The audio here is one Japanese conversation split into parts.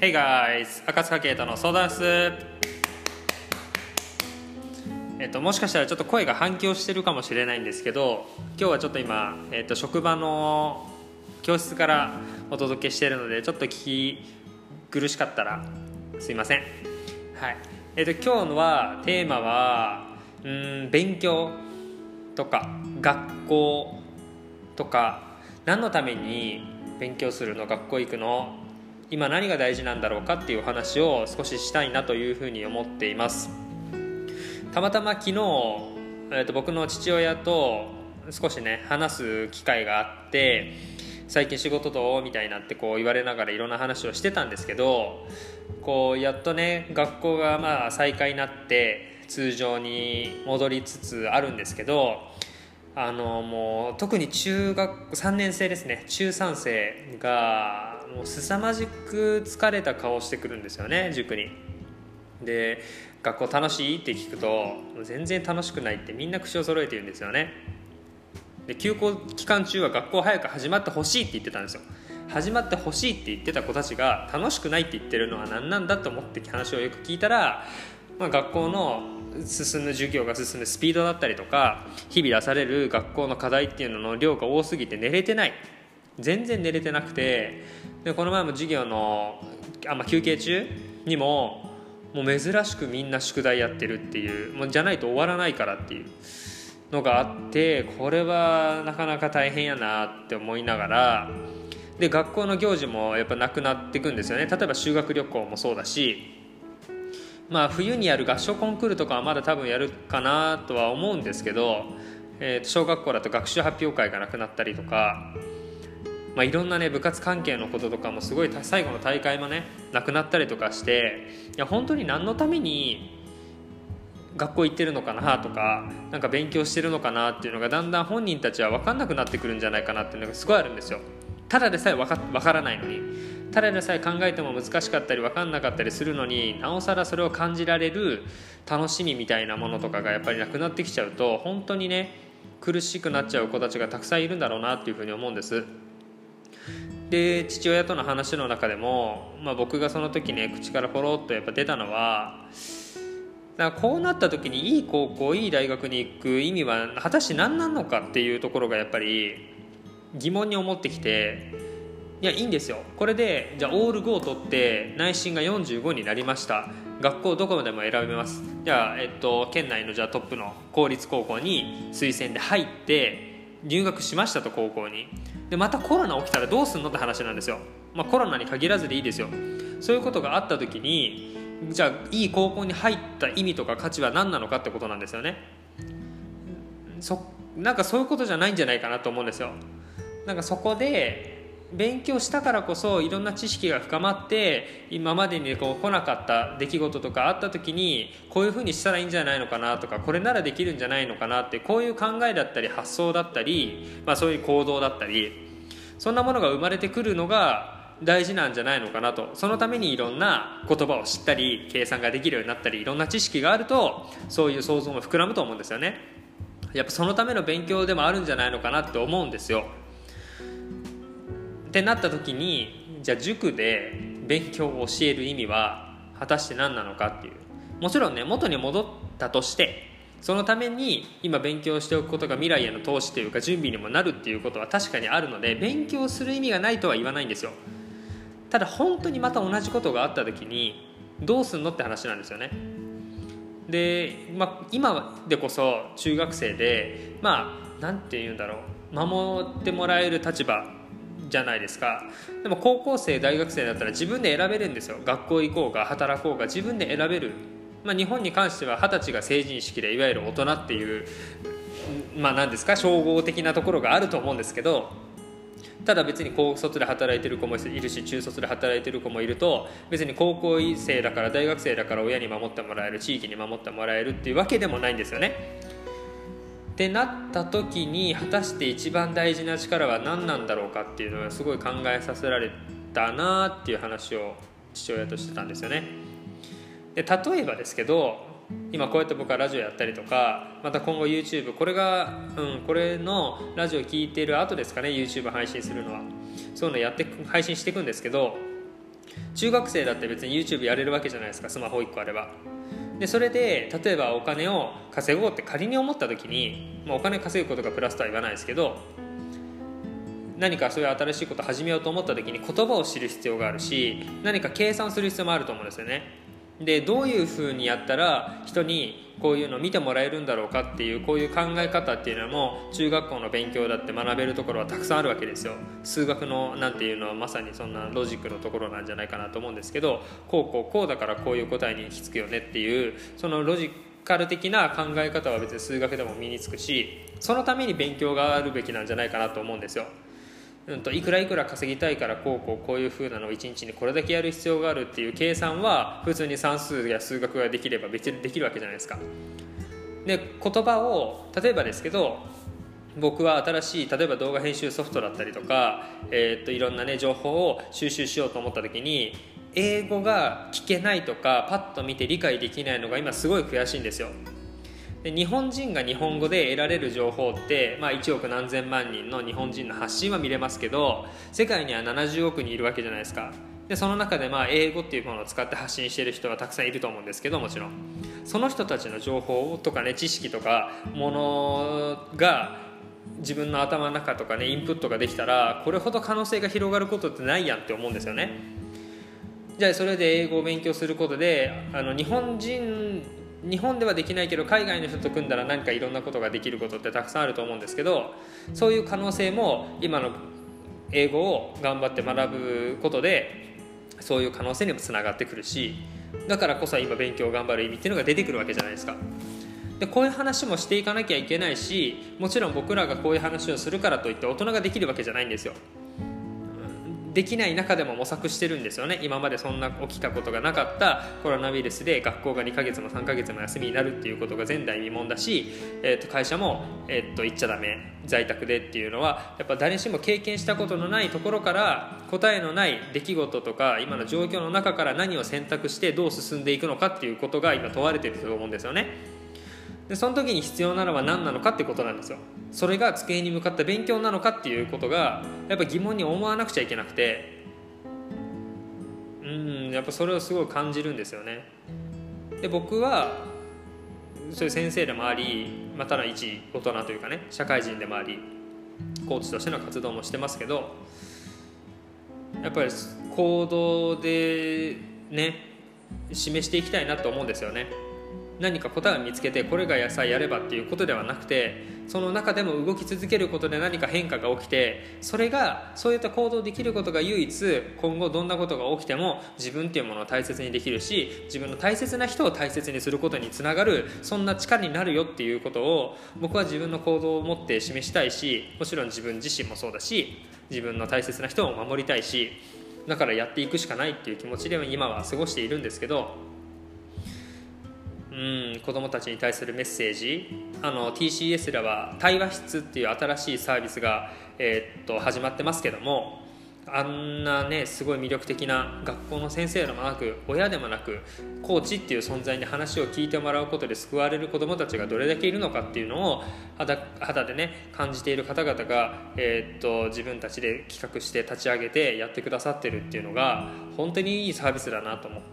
Hey guys! 赤塚圭太の相談室。もしかしたらちょっと声が反響してるかもしれないんですけど、今日はちょっと今、職場の教室からお届けしているので、ちょっと聞き苦しかったらすいません。はい。今日のはテーマは勉強とか学校とか、何のために勉強するの、学校行くの、今何が大事なんだろうかっていうお話を少ししたいなというふうに思っています。たまたま昨日、僕の父親と少しね話す機会があって、最近仕事どうみたいになってこう言われながらいろんな話をしてたんですけど、こうやっとね学校が再開になって通常に戻りつつあるんですけど、もう特に中学3年生ですね、中3生がもう凄まじく疲れた顔してくるんですよね、塾に。で、学校楽しいって聞くと全然楽しくないってみんな口を揃えて言うんですよね。で、休校期間中は学校早く始まってほしいって言ってたんですよ。始まってほしいって言ってた子たちが楽しくないって言ってるのは何なんだと思って話をよく聞いたら、学校の授業が進むスピードだったりとか、日々出される学校の課題っていうのの量が多すぎて寝れてない、全然寝れてなくて、でこの前も授業の休憩中にもう珍しくみんな宿題やってるっていう、もうじゃないと終わらないからっていうのがあって、これはなかなか大変やなって思いながら、で学校の行事もやっぱなくなっていくんですよね。例えば修学旅行もそうだし、冬にやる合唱コンクールとかはまだ多分やるかなとは思うんですけど、小学校だと学習発表会がなくなったりとか、いろんなね部活関係のこととかもすごい、最後の大会もねなくなったりとかして、いや本当に何のために学校行ってるのかなとか、なんか勉強してるのかなっていうのがだんだん本人たちは分かんなくなってくるんじゃないかなっていうのがすごいあるんですよ。ただでさえ分からないのに、ただでさえ考えても難しかったり分かんなかったりするのに、なおさらそれを感じられる楽しみみたいなものとかがやっぱりなくなってきちゃうと、本当にね苦しくなっちゃう子たちがたくさんいるんだろうなっていうふうに思うんです。で、父親との話の中でも、僕がその時ね口からポロッとやっぱ出たのは、だからこうなった時にいい高校いい大学に行く意味は果たして何なのかっていうところがやっぱり疑問に思ってきて、いやいいんですよ、これでじゃあオール5を取って内申が45になりました、学校どこまでも選べます、じゃあ、県内のじゃあトップの公立高校に推薦で入って入学しましたと、高校に。でまたコロナ起きたらどうすんのって話なんですよ。コロナに限らずでいいですよ。そういうことがあった時に、じゃあいい高校に入った意味とか価値は何なのかってことなんですよね。なんかそういうことじゃないんじゃないかなと思うんですよ。なんかそこで勉強したからこそいろんな知識が深まって、今までに来なかった出来事とかあった時にこういうふうにしたらいいんじゃないのかなとか、これならできるんじゃないのかなって、こういう考えだったり発想だったり、そういう行動だったり、そんなものが生まれてくるのが大事なんじゃないのかなと。そのためにいろんな言葉を知ったり計算ができるようになったり、いろんな知識があるとそういう想像も膨らむと思うんですよね。やっぱそのための勉強でもあるんじゃないのかなって思うんですよ。ってなった時に、じゃあ塾で勉強を教える意味は果たして何なのかっていう、もちろんね元に戻ったとして、そのために今勉強しておくことが未来への投資というか準備にもなるっていうことは確かにあるので、勉強する意味がないとは言わないんですよ。ただ本当にまた同じことがあった時にどうすんのって話なんですよね。で、今でこそ中学生でなんて言うんだろう、守ってもらえる立場じゃないですか。でも高校生大学生だったら自分で選べるんですよ。学校行こうが働こうが自分で選べる。日本に関しては20歳が成人式でいわゆる大人っていう何ですか、称号的なところがあると思うんですけど、ただ別に高卒で働いてる子もいるし、中卒で働いてる子もいると、別に高校生だから大学生だから親に守ってもらえる、地域に守ってもらえるっていうわけでもないんですよね。ってなった時に果たして一番大事な力は何なんだろうかっていうのがすごい考えさせられたなっていう話を父親としてたんですよね。で例えばですけど、今こうやって僕はラジオやったりとか、また今後 YouTube、 これのラジオ聞いてる後ですかね、 YouTube 配信するのはそういうのやって配信していくんですけど、 中学生だって別に YouTube やれるわけじゃないですか、スマホ1個あれば。でそれで例えばお金を稼ごうって仮に思った時に、お金稼ぐことがプラスとは言わないですけど、何かそういう新しいことを始めようと思った時に言葉を知る必要があるし、何か計算する必要もあると思うんですよね。でどういうふうにやったら人にこういうのを見てもらえるんだろうかっていう、こういう考え方っていうのも中学校の勉強だって学べるところはたくさんあるわけですよ。数学のなんていうのはまさにそんなロジックのところなんじゃないかなと思うんですけど、こうだからこういう答えに行き着くよねっていう、そのロジカル的な考え方は別に数学でも身につくし、そのために勉強があるべきなんじゃないかなと思うんですよ。いくら稼ぎたいからこういう風なのを1日にこれだけやる必要があるっていう計算は普通に算数や数学ができれば別にできるわけじゃないですか。で言葉を例えばですけど、僕は新しい例えば動画編集ソフトだったりとか、いろんなね情報を収集しようと思った時に英語が聞けないとかパッと見て理解できないのが今すごい悔しいんですよ。で日本人が日本語で得られる情報って、1億何千万人の日本人の発信は見れますけど、世界には70億人いるわけじゃないですか。でその中で英語っていうものを使って発信している人はたくさんいると思うんですけど、もちろんその人たちの情報とかね、知識とかものが自分の頭の中とかねインプットができたら、これほど可能性が広がることってないやんって思うんですよね。じゃあそれで英語を勉強することで日本ではできないけど海外の人と組んだら何かいろんなことができることってたくさんあると思うんですけど、そういう可能性も今の英語を頑張って学ぶことでそういう可能性にもつながってくるし、だからこそ今勉強を頑張る意味っていうのが出てくるわけじゃないですか。でこういう話もしていかなきゃいけないし、もちろん僕らがこういう話をするからといって大人ができるわけじゃないんですよ。できない中でも模索してるんですよね。今までそんな起きたことがなかったコロナウイルスで学校が2ヶ月も3ヶ月も休みになるっていうことが前代未聞だし、会社も、行っちゃダメ在宅でっていうのはやっぱ誰しも経験したことのないところから、答えのない出来事とか今の状況の中から何を選択してどう進んでいくのかっていうことが今問われていると思うんですよね。でその時に必要なのは何なのかってことなんですよ。それが机に向かった勉強なのかっていうことがやっぱ疑問に思わなくちゃいけなくて、やっぱそれをすごい感じるんですよね。で僕はそういう先生でもあり、ただ一大人というかね社会人でもあり、コーチとしての活動もしてますけど、やっぱり行動でね示していきたいなと思うんですよね。何か答えを見つけてこれが野菜やればっていうことではなくて、その中でも動き続けることで何か変化が起きて、そういった行動できることが唯一今後どんなことが起きても自分っていうものを大切にできるし、自分の大切な人を大切にすることにつながる、そんな力になるよっていうことを僕は自分の行動を持って示したいし、もちろん自分自身もそうだし自分の大切な人を守りたいし、だからやっていくしかないっていう気持ちで今は過ごしているんですけど、子どもたちに対するメッセージ、TCS では対話室っていう新しいサービスが、始まってますけども、あんなねすごい魅力的な学校の先生でもなく親でもなくコーチっていう存在に話を聞いてもらうことで救われる子どもたちがどれだけいるのかっていうのを肌でね感じている方々が、自分たちで企画して立ち上げてやってくださってるっていうのが本当にいいサービスだなと思って、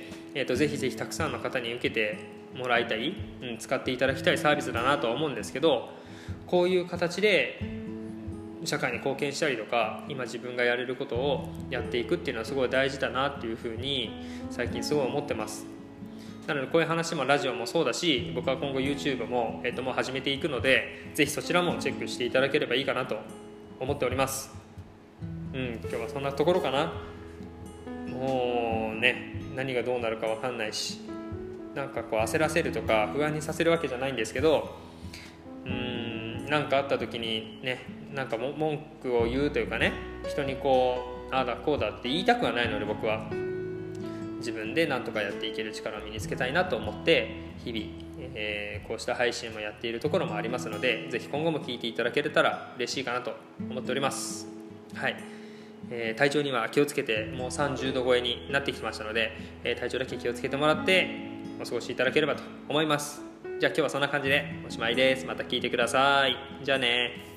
ぜひぜひたくさんの方に受けてもらいたい、使っていただきたいサービスだなとは思うんですけど、こういう形で社会に貢献したりとか今自分がやれることをやっていくっていうのはすごい大事だなっていうふうに最近すごい思ってます。なのでこういう話もラジオもそうだし、僕は今後 YouTube も、もう始めていくので、ぜひそちらもチェックしていただければいいかなと思っております。今日はそんなところかな。もうね何がどうなるか分かんないし、なんかこう焦らせるとか不安にさせるわけじゃないんですけど、なんかあった時にねなんか文句を言うというかね、人にこうああだこうだって言いたくはないので、僕は自分でなんとかやっていける力を身につけたいなと思って日々、こうした配信もやっているところもありますので、ぜひ今後も聞いていただけたら嬉しいかなと思っております。はい、体調には気をつけて、もう30度超えになってきましたので、体調だけ気をつけてもらってお過ごしいただければと思います。じゃあ今日はそんな感じでおしまいです。また聞いてください。じゃあね。